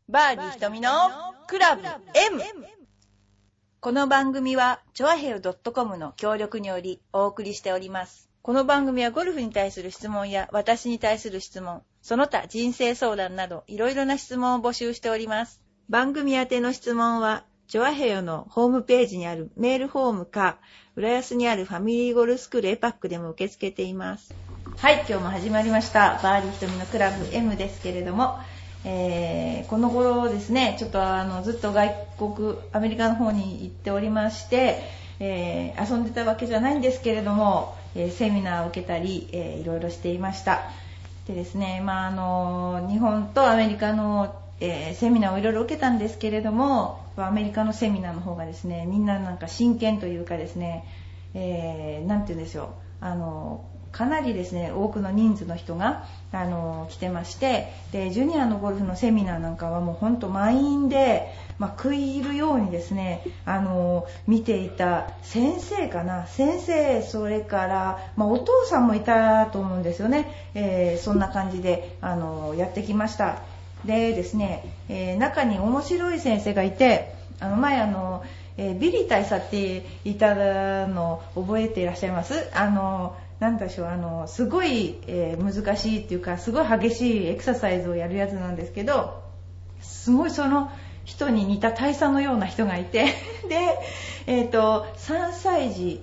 バーディー瞳のクラブ M。 この番組はチョアヘヨ .com の協力によりお送りしております。この番組はゴルフに対する質問や私に対する質問、その他人生相談などいろいろな質問を募集しております。番組宛ての質問はチョアヘヨのホームページにあるメールフォームか、浦安にあるファミリーゴルフスクールエパックでも受け付けています。はい、今日も始まりましたバーディー瞳のクラブ M ですけれども、この頃ですね、ちょっとずっと外国アメリカの方に行っておりまして、遊んでたわけじゃないんですけれども、セミナーを受けたり、いろいろしていました。でですね、日本とアメリカの、セミナーをいろいろ受けたんですけれども、アメリカのセミナーの方がですね、みんななんか真剣というかですね、なんて言うんでしょう、かなりですね、多くの人数の人が来てまして、でジュニアのゴルフのセミナーなんかはもう本当満員で、食い入るようにですね、見ていた先生、それから、お父さんもいたと思うんですよね。そんな感じでやってきました。でですね、中に面白い先生がいて、前ビリー大佐っていたの覚えていらっしゃいます？なんでしょう、すごい、難しいっていうか、すごい激しいエクササイズをやるやつなんですけど、すごいその人に似た大佐のような人がいてで、3歳児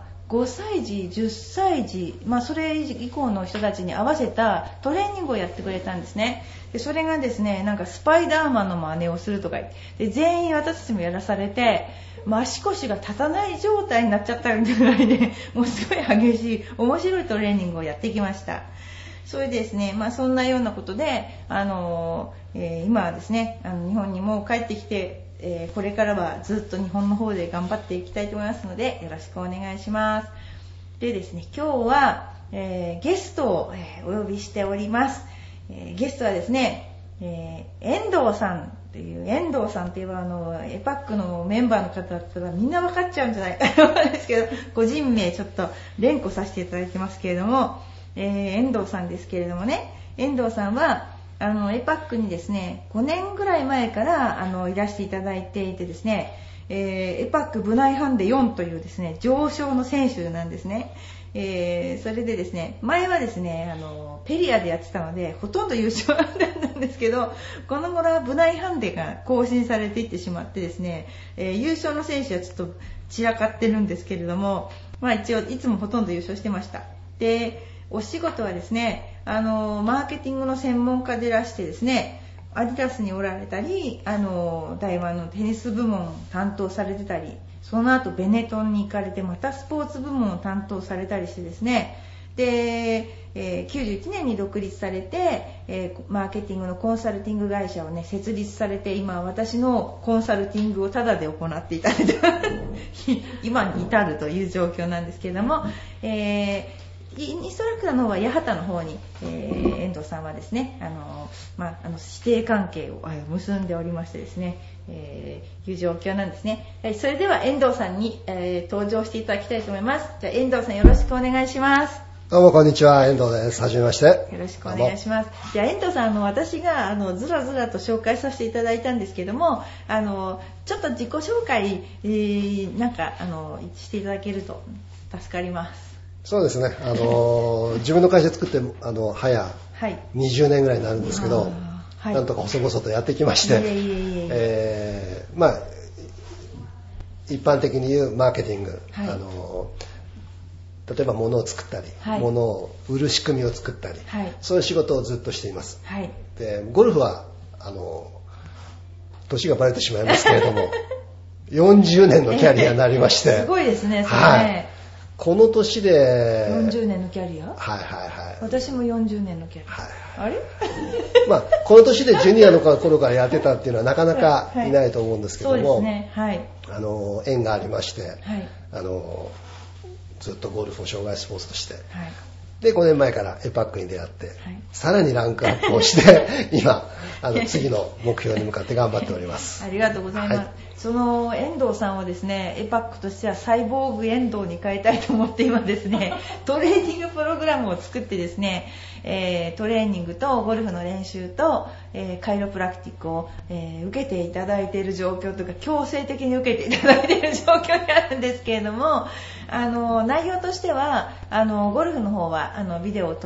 5歳児10歳児、それ以降の人たちに合わせたトレーニングをやってくれたんですね。でそれがですね、なんかスパイダーマンの真似をするとか言って、で全員私たちもやらされて、足腰が立たない状態になっちゃったぐらいで、もうすごい激しい面白いトレーニングをやってきました。それでですね、そんなようなことで今はですね、日本にも帰ってきて、これからはずっと日本の方で頑張っていきたいと思いますので、よろしくお願いします。でですね、今日は、ゲストを、お呼びしております。ゲストはですね、遠藤さんという、遠藤さんといえばエパックのメンバーの方だったらみんな分かっちゃうんじゃないかと思うんですけど、個人名ちょっと連呼させていただいてますけれども、遠藤さんですけれどもね、遠藤さんはエパックにですね、5年ぐらい前からいらしていただいていてですね、エパック部内ハンデ4というですね、上昇の選手なんですね。それでですね、前はですね、ペリアでやってたのでほとんど優勝だったんですけど、この頃は部内ハンデが更新されていってしまってですね、優勝の選手はちょっと散らかってるんですけれども、一応いつもほとんど優勝してました。でお仕事はですね、マーケティングの専門家でいらしてですね、アディダスにおられたり、台湾のテニス部門を担当されてたり、その後ベネトンに行かれてまたスポーツ部門を担当されたりしてですね、で、91年に独立されて、マーケティングのコンサルティング会社をね設立されて、今私のコンサルティングをタダで行っていただいて今に至るという状況なんですけれども、インストラクターの方は八幡の方に、遠藤さんはですね、師弟関係を結んでおりましてですね、いう状況なんですね。それでは遠藤さんに、登場していただきたいと思います。じゃあ遠藤さんよろしくお願いします。 どうもこんにちは、遠藤です。はじめまして。よろしくお願いします。じゃあ遠藤さん、私がずらずらと紹介させていただいたんですけども、ちょっと自己紹介、していただけると助かります。 そうですね、自分の会社作って早20年ぐらいになるんですけど、なんとか細々とやってきまして、一般的に言うマーケティング、例えば物を作ったり、物を売る仕組みを作ったり、そういう仕事をずっとしています。でゴルフは年がバレてしまいますけれども40年のキャリアになりましてすごいですね、それね。 この年で 40年のキャリア？私も40年のキャリア。あれこの年でジュニアの頃からやってたっていうのはなかなかいないと思うんですけども、 そうですね、 縁がありまして、ずっとゴルフを生涯スポーツとして、で5年前からエパックに出会って、さらにランクアップをして今次の目標に向かって頑張っております。 ありがとうございます。その遠藤さんをですね、エパックとしてはサイボーグ遠藤に変えたいと思って今ですね、トレーニングプログラムを作ってですね、トレーニングとゴルフの練習と、 カイロプラクティックを、受けていただいている状況というか、強制的に受けていただいている状況にあるんですけれども、内容としてはゴルフの方はビデオを撮って、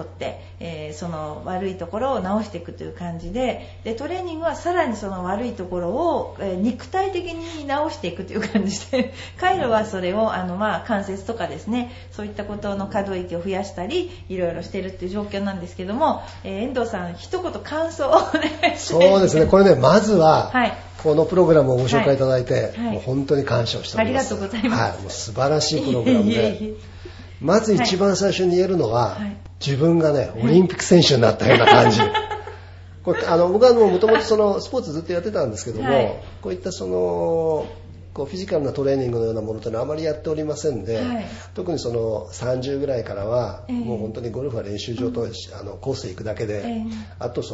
その悪いところを直していくという感じで、トレーニングはさらにその悪いところを、肉体的に直していくという感じで、カイロはそれを関節とかですね、そういったことの可動域を増やしたりいろいろしているという状況なんですけども、遠藤さん一言感想をお願いします。 そうですね、これね、まずは、このプログラムをご紹介いただいて、もう本当に感謝をしております。 ありがとうございます。 もう素晴らしいプログラムでまず一番最初に言えるのは、自分がねオリンピック選手になったような感じ、これ僕はもともとスポーツずっとやってたんですけども、こういったこうフィジカルなトレーニングのようなものというのはあまりやっておりませんで、特に30ぐらいからは、もう本当にゴルフは練習場と、コースへ行くだけで、あと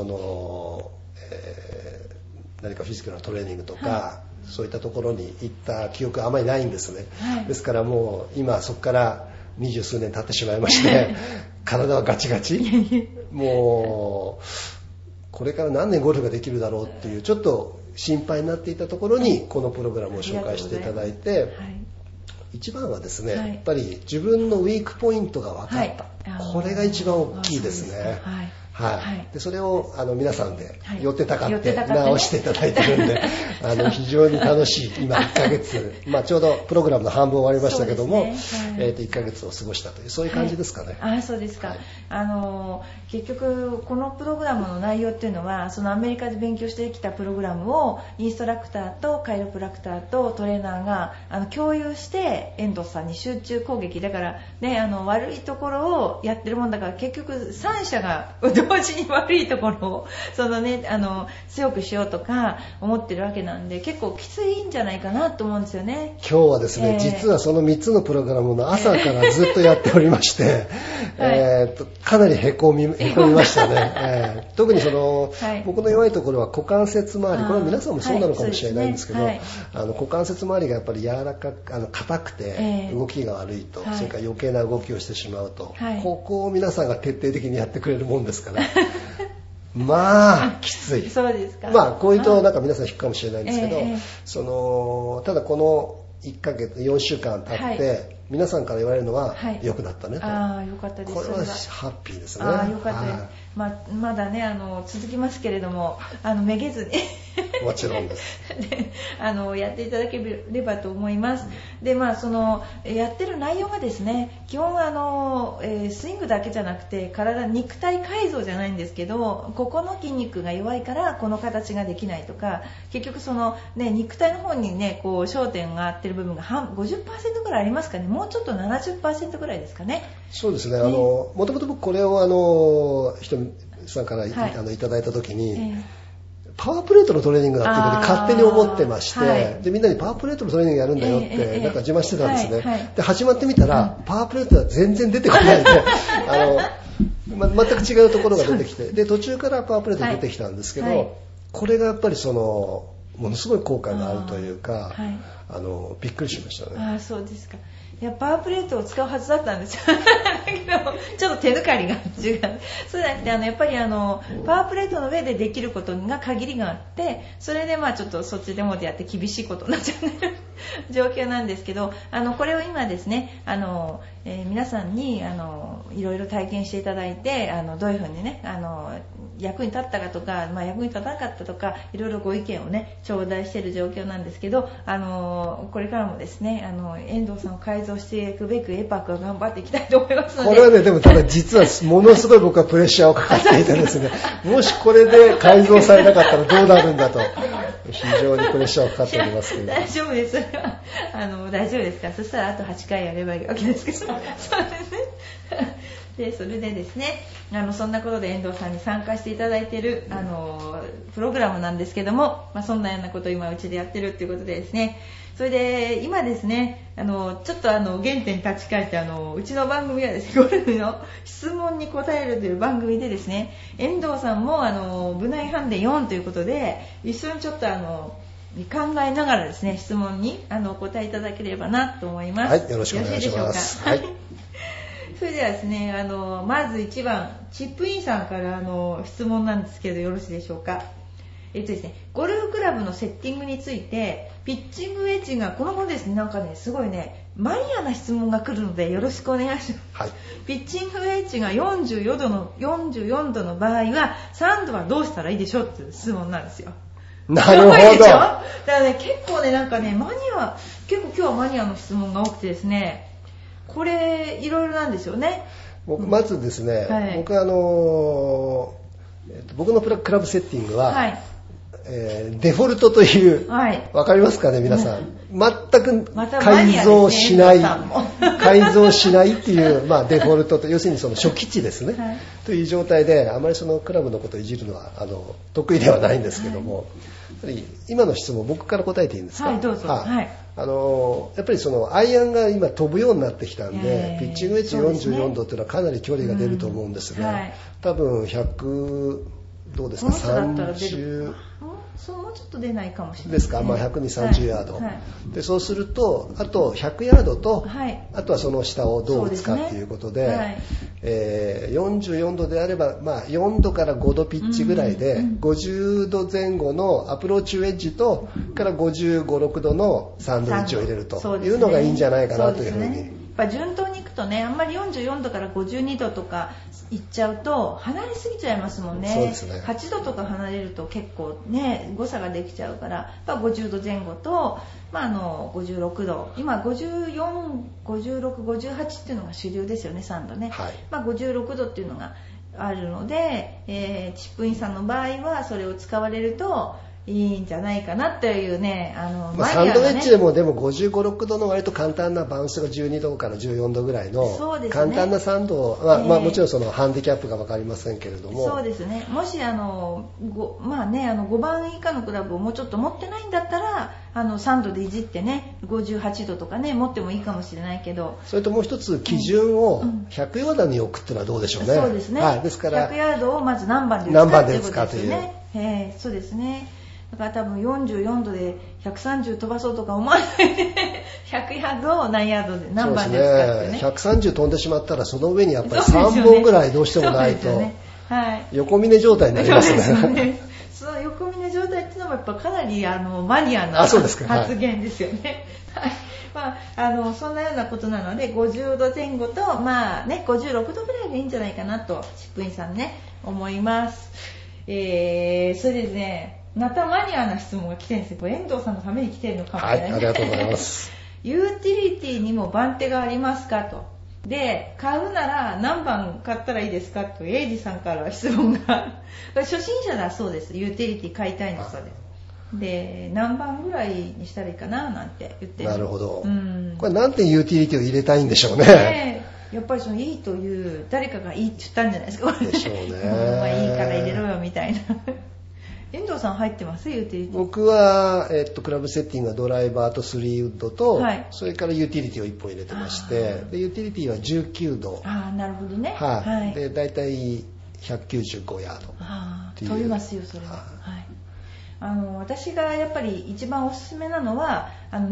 何かフィジカルなトレーニングとか、そういったところに行った記憶はあまりないんですね。ですからもう今そこから20数年経ってしまいまして体はガチガチもうこれから何年ゴルフができるだろうっていうちょっと心配になっていたところにこのプログラムを紹介していただいて、一番はですね、やっぱり自分のウィークポイントが分かった、これが一番大きいですね。でそれを皆さんで寄ってたかって直していただいてるんで非常に楽しい今1ヶ月、ちょうどプログラムの半分終わりましたけども、1ヶ月を過ごしたというそういう感じですかね。 そうですか。結局このプログラムの内容っていうのはそのアメリカで勉強してきたプログラムをインストラクターとカイロプラクターとトレーナーが共有して遠藤さんに集中攻撃だからね、悪いところをやってるもんだから結局3社が同時に悪いところを強くしようとか思ってるわけなんで、結構きついんじゃないかなと思うんですよね。 今日はですね、実はその3つのプログラムの朝からずっとやっておりまして、かなりへこみましたね。特に僕の弱いところは股関節周り、これは皆さんもそうなのかもしれないんですけど、股関節周りがやっぱり柔らかく硬くて動きが悪いと、それから余計な動きをしてしまうと、ここを皆さんが徹底的にやってくれるもんですからきつい。 そうですか。 こういうとなんか皆さん引くかもしれないんですけど、ただこの1ヶ月4週間経って、皆さんから言われるのは良くなったねと。 よかったです。 これはハッピーですね。 よかったです。まだね続きますけれどもめげずにもちろんですでやっていただければと思います。でやってる内容がですね、基本スイングだけじゃなくて肉体改造じゃないんですけど、ここの筋肉が弱いからこの形ができないとか、結局肉体の方にね焦点が合ってる部分が50% ぐらいありますかね。もうちょっと 70% ぐらいですかね。 そうですね。もともと僕これをひとみさんからいただいた時に、パワープレートのトレーニングだっていうので勝手に思ってまして、でみんなにパワープレートのトレーニングやるんだよってなんか自慢してたんですね。で始まってみたら、パワープレートは全然出てこないで全く違うところが出てきて、で途中からパワープレート出てきたんですけど、これがやっぱりものすごい効果があるというか、びっくりしましたね。 そうですか。パワープレートを使うはずだったんですよだけどちょっと手抜かりが違う。そうじゃなくてやっぱりパワープレートの上でできることが限りがあって、それでちょっとそっちでもでやって厳しいことになっちゃう状況なんですけど、これを今ですね皆さんにいろいろ体験していただいてどういうふうにね役に立ったかとか、役に立たなかったとかいろいろご意見をね頂戴している状況なんですけど、これからもですね遠藤さんを改造していくべくエパックは頑張っていきたいと思いますので。 これはね、でもただ実はものすごい僕はプレッシャーをかかっていてですねもしこれで改造されなかったらどうなるんだと非常にプレッシャーをかかっておりますけど。 大丈夫です。それは大丈夫ですから。そしたらあと8回やればいいわけですけどそうですねでそれでですねそんなことで遠藤さんに参加していただいているプログラムなんですけども、そんなようなことを今うちでやってるっていうことでですね、それで今ですねちょっと原点に立ち返ってうちの番組はですねゴルフの質問に答えるという番組でですね、遠藤さんも部内ハンデ4ということで一緒にちょっと考えながらですね質問にお答えいただければなと思います。 はい、よろしくお願いします。 はいそれではですねまず1番チップインさんから質問なんですけどよろしいでしょうか。 ですね、ゴルフクラブのセッティングについて、ピッチングウェッジがこの後ですね、なんかね、すごいね、マニアな質問が来るのでよろしくお願いします。はい、ピッチングウェッジが44度の場合は、3度はどうしたらいいでしょうっていう質問なんですよ。 なるほど。 だからね、結構ね、なんかね、結構今日はマニアの質問が多くてですね、これ、いろいろなんですよね。 まずですね、はい、僕のクラブセッティングは、はい、デフォルトという、はい、わかりますかね皆さん、全く改造しない、改造しないっていう、まあ、デフォルトと、要するにその初期値ですね、はい、という状態で、あまりそのクラブのことをいじるのは得意ではないんですけども、やっぱり今の質問僕から答えていいんですか？ はい、どうぞ。はい、 やっぱりそのアイアンが今飛ぶようになってきたんで、ピッチングウェッジ44度っていうのはかなり距離が出ると思うんですが、多分100どうですか、30 そうもうちょっと出ないかもしれないですか、まあ、100に30ヤード、はいはい、でそうするとあと100ヤードと、はい、あとはその下をどう打つかっていうことで、はい、44度であれば、まあ、4度から5度ピッチぐらいで、50度前後のアプローチウェッジとから55、6度のサンドウィッチを入れるというのがいいんじゃないかなというふうに。 やっぱ順当にいくとね、あんまり44度から52度とかいっちゃうと離れすぎちゃいますもんね。 そうですね。 8度とか離れると結構ね誤差ができちゃうから、50度前後と、56度、今54、56、58っていうのが主流ですよね、3度ね。はい、56度っていうのがあるので、チップインさんの場合はそれを使われるといいんじゃないかなというね、 サンドウェッジでも55、6度の割と簡単なバウンスが12度から14度ぐらいの簡単なサンドは、もちろんそのハンディキャップが分かりませんけれども、 そうですね、もし5番以下のクラブをもうちょっと持ってないんだったらサンドでいじってね58度とかね持ってもいいかもしれないけど、 それともう一つ基準を100ヤードに置くっていうのはどうでしょうね。 そうですね、 はい、ですから 100ヤードをまず何番で打つかということですよね。そうですね。だから多分44度で130飛ばそうとか思わないで100ヤードを何ヤードで何番で打つかってね。 130飛んでしまったらその上にやっぱり3本ぐらいどうしてもないと横峰状態になりますね。 その横峰状態っていうのもやっぱかなりマニアな発言ですよね。そんなようなことなので50度前後と56度ぐらいがいいんじゃないかなとチップインさんね思います。それですね、またマニアな質問が来てるんですよ。これ遠藤さんのために来てるのかもしれない。 はい、ありがとうございます。 ユーティリティにも番手がありますかと。で、買うなら何番買ったらいいですかと、エイジさんから質問が。初心者だそうです。ユーティリティ買いたいんだそうです。で、何番ぐらいにしたらいいかななんて言ってる。 なるほど。これなんてユーティリティを入れたいんでしょうね。 やっぱりそのいいという誰かがいいって言ったんじゃないですか。 でしょうね。 いいから入れろよみたいな。遠藤さん入ってます？ユーティリティ。 僕は、クラブセッティングはドライバーと3ウッドと、はい、それからユーティリティを1本入れてまして、でユーティリティは19度。 なるほどね。 はい。でだいたい195ヤードっていう。 飛びますよそれは。はい。私がやっぱり一番おすすめなのは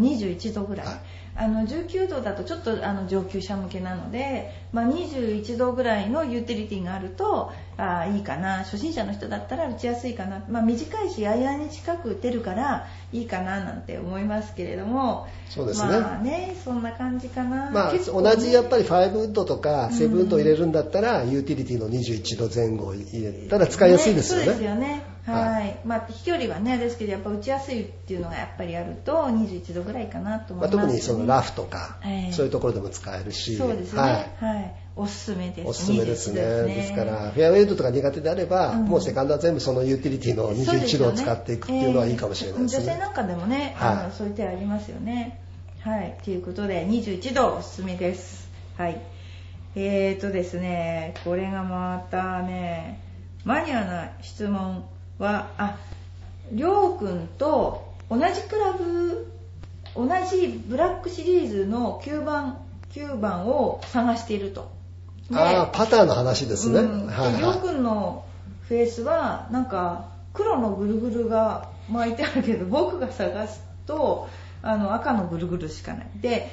21度ぐらい。19度だとちょっと上級者向けなので、21度ぐらいのユーティリティがあるといいかな。初心者の人だったら打ちやすいかな。短いしアイアンに近く打てるからいいかななんて思いますけれども、 そうですね。 そんな感じかな。 同じやっぱり5ウッドとか7ウッド入れるんだったら、ユーティリティの21度前後入れたら使いやすいですよね。 そうですよね。はい。飛距離はねですけどやっぱ打ちやすいっていうのがやっぱりあると21度ぐらいかなと思います、ね。 特にそのラフとか、そういうところでも使えるし、 そうですね。はい。おすすめです。 おすすめですね。ですからフェアウェイウッドとか苦手であれば、もうセカンドは全部そのユーティリティの21度を使っていくっていうのはいいかもしれないですね。 女性なんかでもね、そういう手ありますよね。はい。ということで21度おすすめです。はい。ですね、これがまたねマニアな質問はりょうくんと同じクラブ同じブラックシリーズの9番を探していると。 パターの話ですね。 りょうくんのフェースはなんか黒のぐるぐるが巻いてあるけど僕が探すと赤のぐるぐるしかないで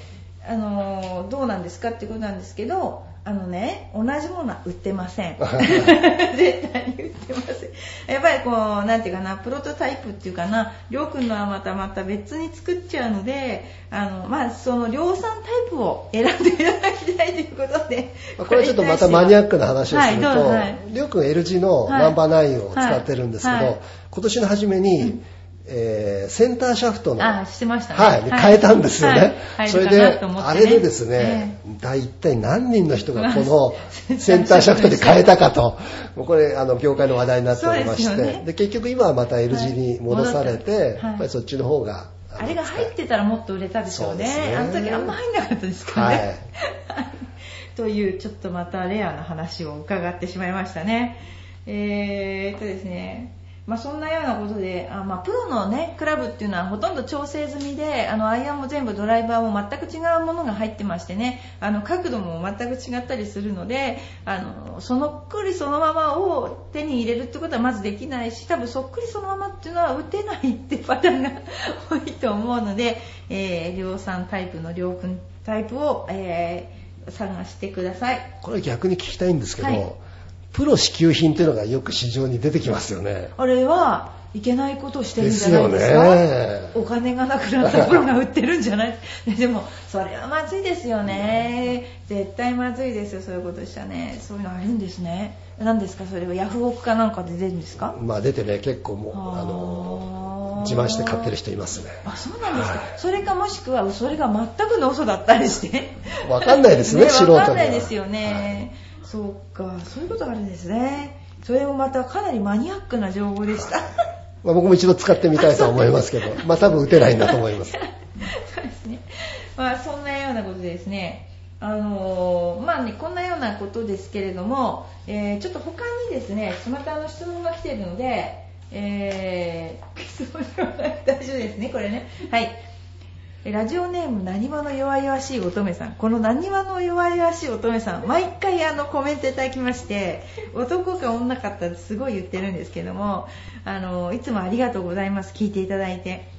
どうなんですかっていうことなんですけど、同じものは売ってません。絶対に売ってません。やっぱりこう、なんていうかな、プロトタイプっていうかな、りょうくんのはまた別に作っちゃうので、その量産タイプを選んでいただきたいということで。 これちょっとまたマニアックな話をすると、りょうくん L 字のナンバー9を使ってるんですけど、今年の初めに、センターシャフトのしてましたね。 変えたんですよね。それで、あれでですね、一体何人の人がこのセンターシャフトに変えたかと、これ業界の話題になっておりまして、で結局今はまた L 字に戻されて、やっぱりそっちの方があれが入ってたらもっと売れたでしょうね。あの時あんま入んなかったですからね。というちょっとまたレアな話を伺ってしまいましたね。ですね。そんなようなことで、プロのね、クラブっていうのはほとんど調整済みで、アイアンも全部ドライバーも全く違うものが入ってましてね、角度も全く違ったりするので、そっくりそのままを手に入れるってことはまずできないし、多分そっくりそのままっていうのは打てないってパターンが多いと思うので、量産タイプの量粉タイプを、探してください。 これ逆に聞きたいんですけど、プロ支給品というのがよく市場に出てきますよね。 あれはいけないことをしてるんじゃないですか。ですよね。お金がなくなったプロが売ってるんじゃないでもそれはまずいですよね。絶対まずいですよ、そういうことしたね。そういうのあるんですね。何ですかそれは、ヤフオクかなんかで出るんですか？ 出てね、結構もう自慢して買ってる人いますね。 そうなんですか。それかもしくはそれが全くの嘘だったりしてわかんないですね、素人には。 わかんないですよね。そうか、そういうことがあるんですね。それもまたかなりマニアックな情報でした僕も一度使ってみたいと思いますけど多分打てないんだと思いますそうですね。そんなようなことでですね、こんなようなことですけれども、ちょっと他にですね、また質問が来ているので、質問が大丈夫ですね、これね。はい。ラジオネームなにわの弱々しい乙女さん。このなにわの弱々しい乙女さん、毎回コメントいただきまして、男か女かってすごい言ってるんですけども、いつもありがとうございます。聞いていただいて。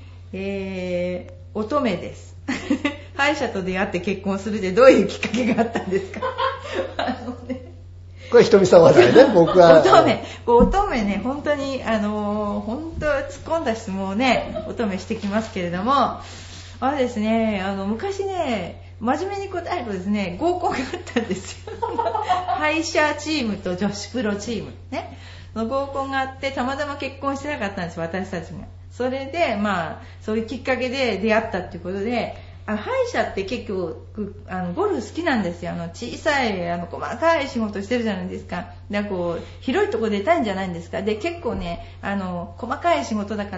乙女です。歯医者と出会って結婚するでどういうきっかけがあったんですか？ これひとみさん話題ね。僕は乙女ね、本当に本当突っ込んだ質問をね、乙女してきますけれども、ですね、昔ね、真面目に答えるとですね、合コンがあったんですよ。歯医者チームと女子プロチームね、の合コンがあって、たまたま結婚してなかったんです、私たちが。それでそういうきっかけで出会ったっていうことで、歯医者って結構ゴルフ好きなんですよ。小さい細かい仕事してるじゃないですか。だからこう広いとこ出たいんじゃないんですか。で結構ね細かい仕事だから、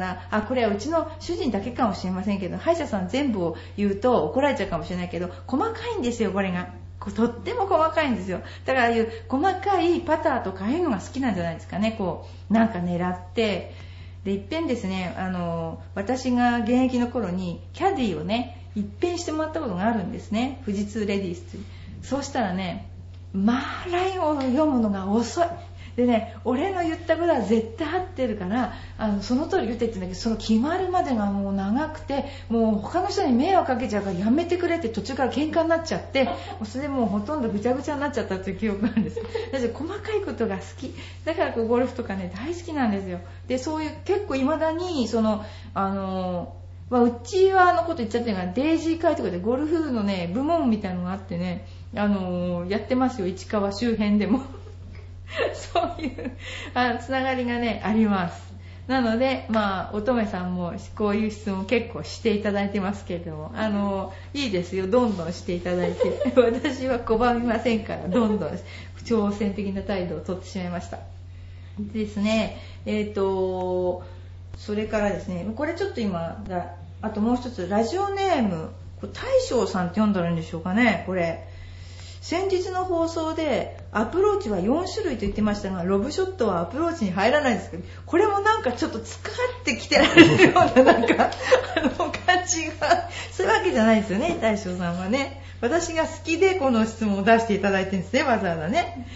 これはうちの主人だけかもしれませんけど、歯医者さん全部を言うと怒られちゃうかもしれないけど、細かいんですよ、これが。とっても細かいんですよ。だからいう細かいパターとかああいうのが好きなんじゃないですかね。こうなんか狙ってで、いっぺんですね、私が現役の頃にキャディをね一変してもらったことがあるんですね。富士通レディース。そうしたらね、ラインを読むのが遅い。でね、俺の言ったことは絶対合ってるから、その通り言ってって言うんだけど、その決まるまでがもう長くて、もう他の人に迷惑かけちゃうからやめてくれって途中から喧嘩になっちゃって、それでもうほとんどぐちゃぐちゃになっちゃったという記憶があるんです。だって細かいことが好き。だからゴルフとかね、大好きなんですよ。で、そういう結構未だに、うちはこと言っちゃってるから、デイジー会とかでゴルフのね、部門みたいなのがあってね、やってますよ、市川周辺でも。そういうつながりがね、あります。なので、乙女さんもこういう質問結構していただいてますけれども、いいですよ、どんどんしていただいて。私は拒みませんから、どんどん挑戦的な態度をとってしまいました。ですね、それからですね、これちょっと今、あともう一つ、ラジオネーム、大将さんって読んだらいいんでしょうかね、これ。先日の放送でアプローチは4種類と言ってましたが、ロブショットはアプローチに入らないですけど、これもなんかちょっと使ってきてられるようななんか感じがそういうわけじゃないですよね、大将さんはね。私が好きでこの質問を出していただいてるんですね、わざわざね。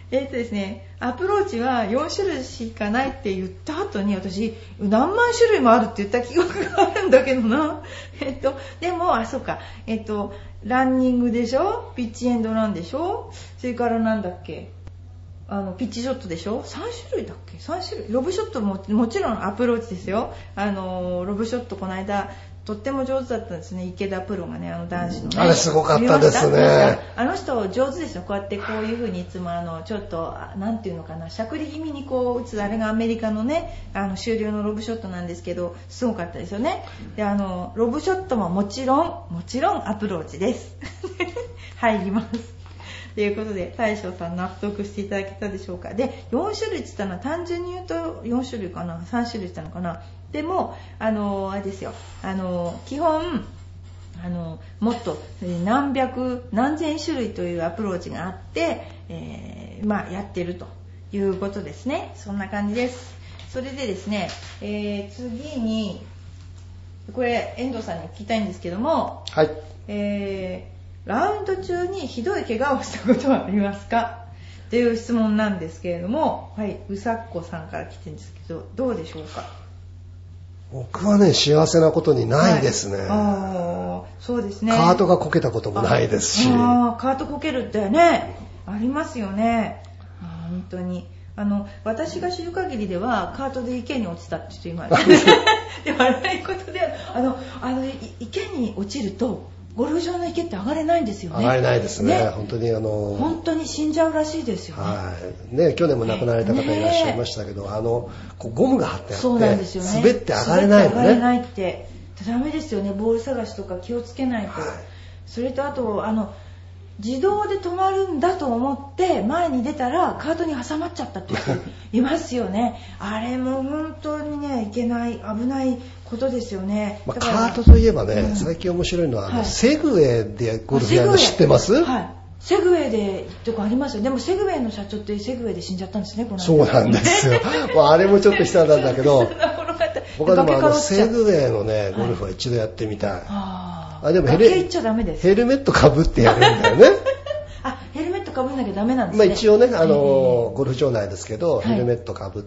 ですね、アプローチは4種類しかないって言った後に、私何万種類もあるって言った記憶があるんだけどな。でもそうか、ランニングでしょ、ピッチエンドランでしょ、それからなんだっけ、ピッチショットでしょ、3種類だっけ、3種類。ロブショットももちろんアプローチですよ。ロブショットこの間とっても上手だったんですね、池田プロがね、男子のね。 あれすごかったですね。 あの人上手ですよ。こうやってこういう風にいつもちょっとなんていうのかな、しゃくり気味にこう打つ、あれがアメリカのね、主流のロブショットなんですけど、すごかったですよね。でロブショットももちろんアプローチです入ります。ということで、大将さん納得していただけたでしょうか。で、4種類って言ったのは単純に言うと4種類かな、3種類って言ったのかな。でもあれですよ、基本もっと何百何千種類というアプローチがあって、やってるということですね。そんな感じです。それでですね、次にこれ遠藤さんに聞きたいんですけども、 はい、 ラウンド中にひどい怪我をしたことはありますかという質問なんですけれども、はい、うさっこさんから来てるんですけど、どうでしょうか。 僕はね、幸せなことにないですね。 そうですね。 カートがこけたこともないですし。 カートこけるってね、ありますよね。本当に。私が知る限りではカートで池に落ちたって人います。でも悪いことで、池に落ちるとゴルフ場の池って上がれないんですよね。 上がれないですね。本当に本当に死んじゃうらしいですよね。 はい。ね、去年も亡くなられた方いらっしゃいましたけど、ゴムが張ってあって、 そうなんですよね、 滑って上がれないのね。 上がれないってダメですよね。ボール探しとか気をつけないと。はい、それとあと自動で止まるんだと思って前に出たらカートに挟まっちゃったって人いますよね。あれも本当にね、いけない危ないことですよね。 カートといえばね、最近面白いのはセグウェイでゴルフやるの知ってます？ はい。セグウェイでとかありますよ。でもセグウェイの社長ってセグウェイで死んじゃったんですね、この間。 そうなんですよ。あれもちょっと悲惨なんだけど僕はでもセグウェイのねゴルフは一度やってみたい。でもヘルメットかぶってやるんだよね。 ヘルメットかぶんなきゃダメなんですね。 一応ね、ゴルフ場内ですけど、ヘルメットかぶって、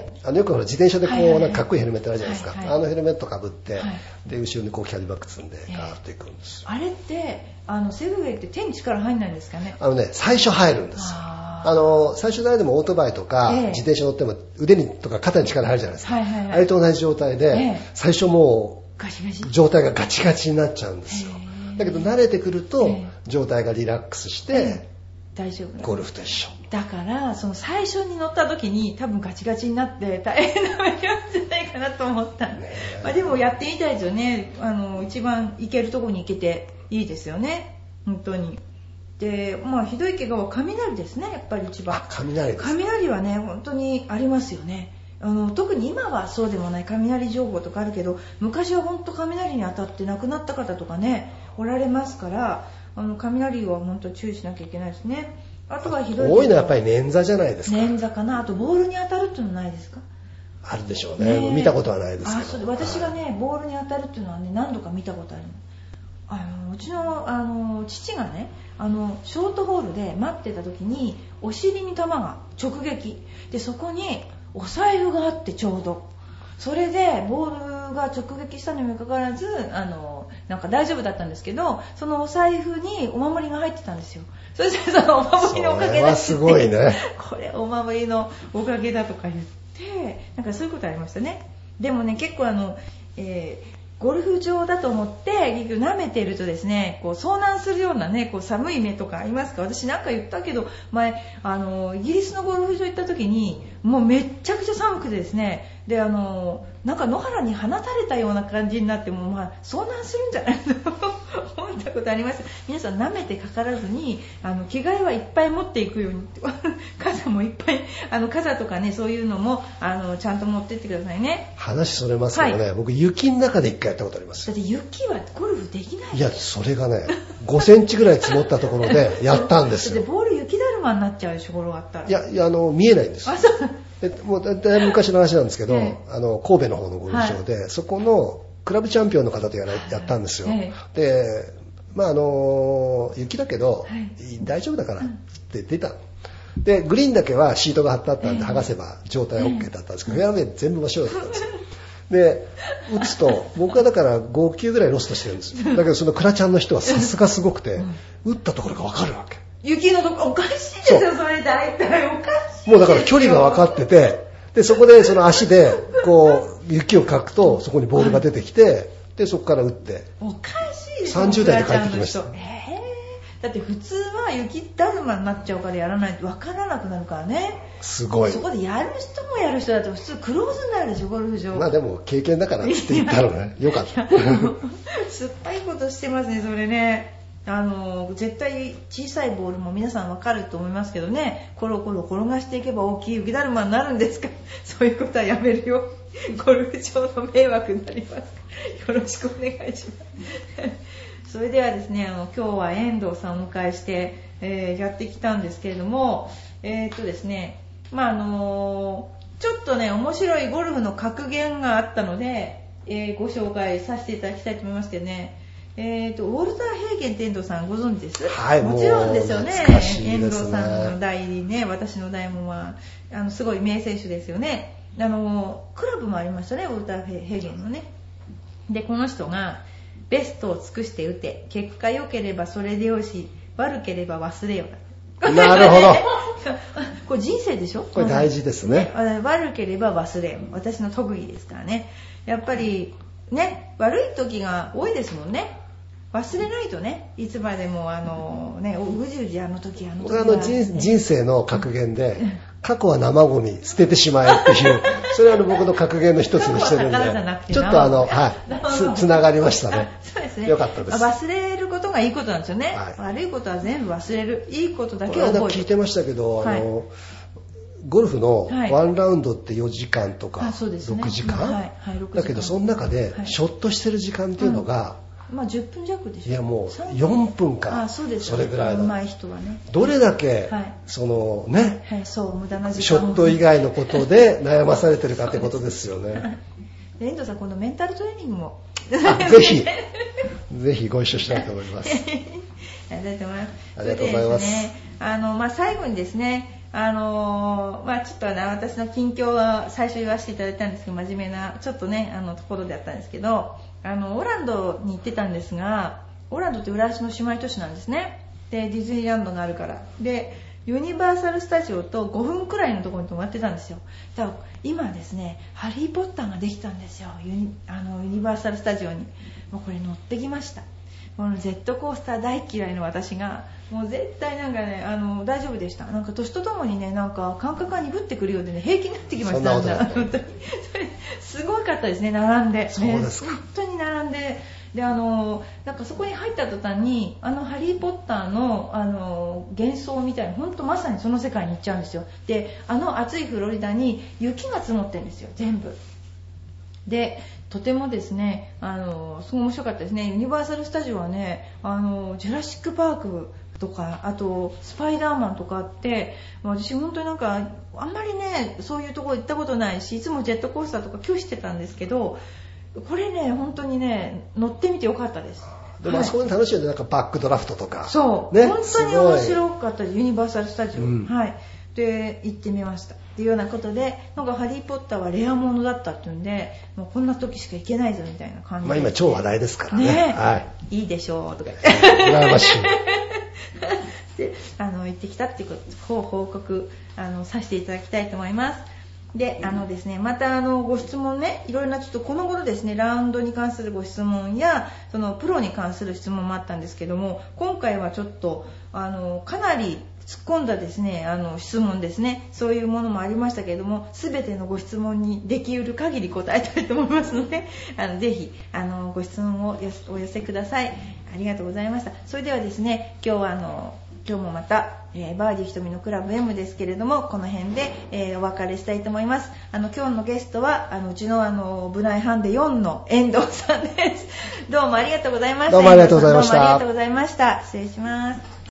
よく自転車でこう、かっこいいヘルメットあるじゃないですか。ヘルメットかぶって、で、後ろにこうキャリーバッグ積んで、ガーッと行くんですよ。 あれって、セグウェイって手に力入んないんですかね？ 最初入るんですよ。最初誰でもオートバイとか、自転車乗っても腕にとか肩に力入るじゃないですか。あれと同じ状態で、最初もう、状態がガチガチになっちゃうんですよ。だけど慣れてくると状態がリラックスして大丈夫。 ゴルフと一緒だからその最初に乗った時に多分ガチガチになって大変な目に遭うんじゃないかなと思ったね。でもやってみたいですよね。一番行けるところに行けていいですよね、本当に。で、ひどい怪我は雷ですね、やっぱり一番。 雷です。 雷はね、本当にありますよね。特に今はそうでもない、雷情報とかあるけど、昔は本当雷に当たって亡くなった方とかねおられますから、雷は本当注意しなきゃいけないですね。あとはひどい多いのはやっぱり捻挫じゃないですか。 捻挫かな。あとボールに当たるっていうのないですか？ あるでしょうね。見たことはないですけど。 そう、私がね、ボールに当たるっていうのはね、何度か見たことあるの。うちの父がね、ショートホールで待ってた時にお尻に球が直撃で、そこにお財布があって、ちょうどそれでボールが直撃したにもかかわらずなんか大丈夫だったんですけど、そのお財布にお守りが入ってたんですよ。そしてそのお守りのおかげだって、 それはすごいね。 これお守りのおかげだとか言って、なんかそういうことありましたね。でもね、結構ゴルフ場だと思って結局舐めてるとですね、こう遭難するようなね、こう寒い目とかありますか？私なんか言ったけど、前イギリスのゴルフ場行った時にもうめっちゃくちゃ寒くてですね、でなんか野原に放たれたような感じになって、もう遭難するんじゃないと思ったことあります。皆さん舐めてかからずに着替えはいっぱい持っていくように傘もいっぱい傘とかね、そういうのもちゃんと持ってってくださいね。 話それますけどね、僕雪の中で一回やったことあります。 だって雪はゴルフできない。 いや、それがね5センチぐらい積もったところでやったんですよ。 だってボール雪だるまになっちゃうでしょ、ゴロがあったら。 いや見えないんですよ。もうだいぶ昔の話なんですけど、神戸の方のゴルフ場で、そこのクラブチャンピオンの方とやったんですよ。で、雪だけど、大丈夫だからって出た。 で、グリーンだけはシートが貼ってあったんで剥がせば状態 OK だったんですけど、フェアウェイ全部真っ白だったんですよ。で、打つと、僕はだから5球ぐらいロストしてるんですよ。だけどそのクラちゃんの人はさすがすごくて、打ったところがわかるわけ。 雪のとこ、おかしいですよ、それ大体おかしい。 もうだから距離が分かってて、で、そこでその足で、こう、雪をかくと、そこにボールが出てきて、で、そこから打って。 おかしいですよ。 30代で帰ってきました。 だって普通は雪だるまになっちゃうからやらないと分からなくなるからね。 すごい。 そこでやる人もやる人だと普通クローズになるでしょ、ゴルフ場。 まあでも経験だからって言ったのね。よかった。 酸っぱいことしてますね、それね。絶対小さいボールも皆さん分かると思いますけどね、コロコロ転がしていけば大きい雪だるまになるんですか。そういうことはやめるよ。ゴルフ場の迷惑になります。よろしくお願いします。それではですね、今日は遠藤さんをお迎えして、やってきたんですけれども、ですね、ちょっとね面白いゴルフの格言があったので、ご紹介させていただきたいと思いますけどね。ウォルター・ヘーゲンって遠藤さんご存知です？ はい、 もちろんですよね。遠藤さんの代理ね、私の代もすごい名選手ですよね。クラブもありましたね、ウォルター・ヘーゲンのね。で、この人がベストを尽くして打て、結果良ければそれでよし、悪ければ忘れよ。 なるほど。 これ人生でしょ？ これ大事ですね。 悪ければ忘れよ。私の特技ですからね。やっぱりね、悪い時が多いですもんね。忘れないとね、いつまでもうじうじあの時僕は人生の格言で、過去は生ゴミ、捨ててしまえっていう、それは僕の格言の一つにしてるんで、ちょっとつながりましたね。 そうですね。 よかったです。 忘れることがいいことなんですよね。はい、悪いことは全部忘れる。いいことだけを覚える。 聞いてましたけど、ゴルフのワンラウンドって4時間とか6時間、だけどその中でショットしてる時間っていうのが、 10分弱でしょ。 いやもう4分か、それぐらいの。 上手い人はね。 どれだけ、 無駄な時間ショット以外のことで悩まされてるかってことですよね。 遠藤さん、今度メンタルトレーニングもぜひご一緒したいと思います。 ありがとうございます。 ありがとうございます。 最後にですね、ちょっと私の近況は最初言わせていただいたんですけど、真面目なちょっとねところであったんですけど、オランドに行ってたんですが、オランドって浦安の姉妹都市なんですね。で、ディズニーランドがあるから。で、ユニバーサルスタジオと5分くらいのところに泊まってたんですよ。だから今ですね、ハリーポッターができたんですよ。ユニバーサルスタジオに。もうこれ乗ってきました。このジェットコースター大嫌いの私が、もう絶対大丈夫でした。年とともにね、感覚が鈍ってくるようでね、平気になってきました。本当にすごかったですね、並んで。 そうですか。 本当に並んで。で、そこに入った途端に、ハリーポッターの、幻想みたいな、本当まさにその世界に行っちゃうんですよ。で、暑いフロリダに雪が積もってるんですよ、全部。で、とてもですね、すごい面白かったですね。ユニバーサルスタジオはね、ジュラシックパークとか、あとスパイダーマンとかあって、私本当にあんまりね、そういうところ行ったことないし、いつもジェットコースターとか拒否してたんですけど、これね、本当にね、乗ってみてよかったです。 でもあそこに楽しいよね、バックドラフトとか。 そう、ね、本当に面白かったです、ユニバーサルスタジオ。はい。で、行ってみました。っていうようなことで、ハリーポッターはレアものだったっていうんで、もうこんな時しか行けないぞみたいな感じで。 今超話題ですからね。 いいでしょうとか言って。 羨ましい。 で、行ってきたっていうことを報告させていただきたいと思います。で、ですね、またご質問ね、いろいろなちょっとこの頃ですね、ラウンドに関するご質問や、そのプロに関する質問もあったんですけども、今回はちょっとかなり突っ込んだですね、質問ですね、そういうものもありましたけれども、すべてのご質問にできうる限り答えたいと思いますので、ぜひご質問をお寄せください。ありがとうございました。それではですね、今日もまた、バーディー瞳のクラブ M ですけれども、この辺で、お別れしたいと思います。今日のゲストはうちの部内ハンデ4の遠藤さんです。どうもありがとうございました。 どうもありがとうございました。 どうもありがとうございました。失礼します。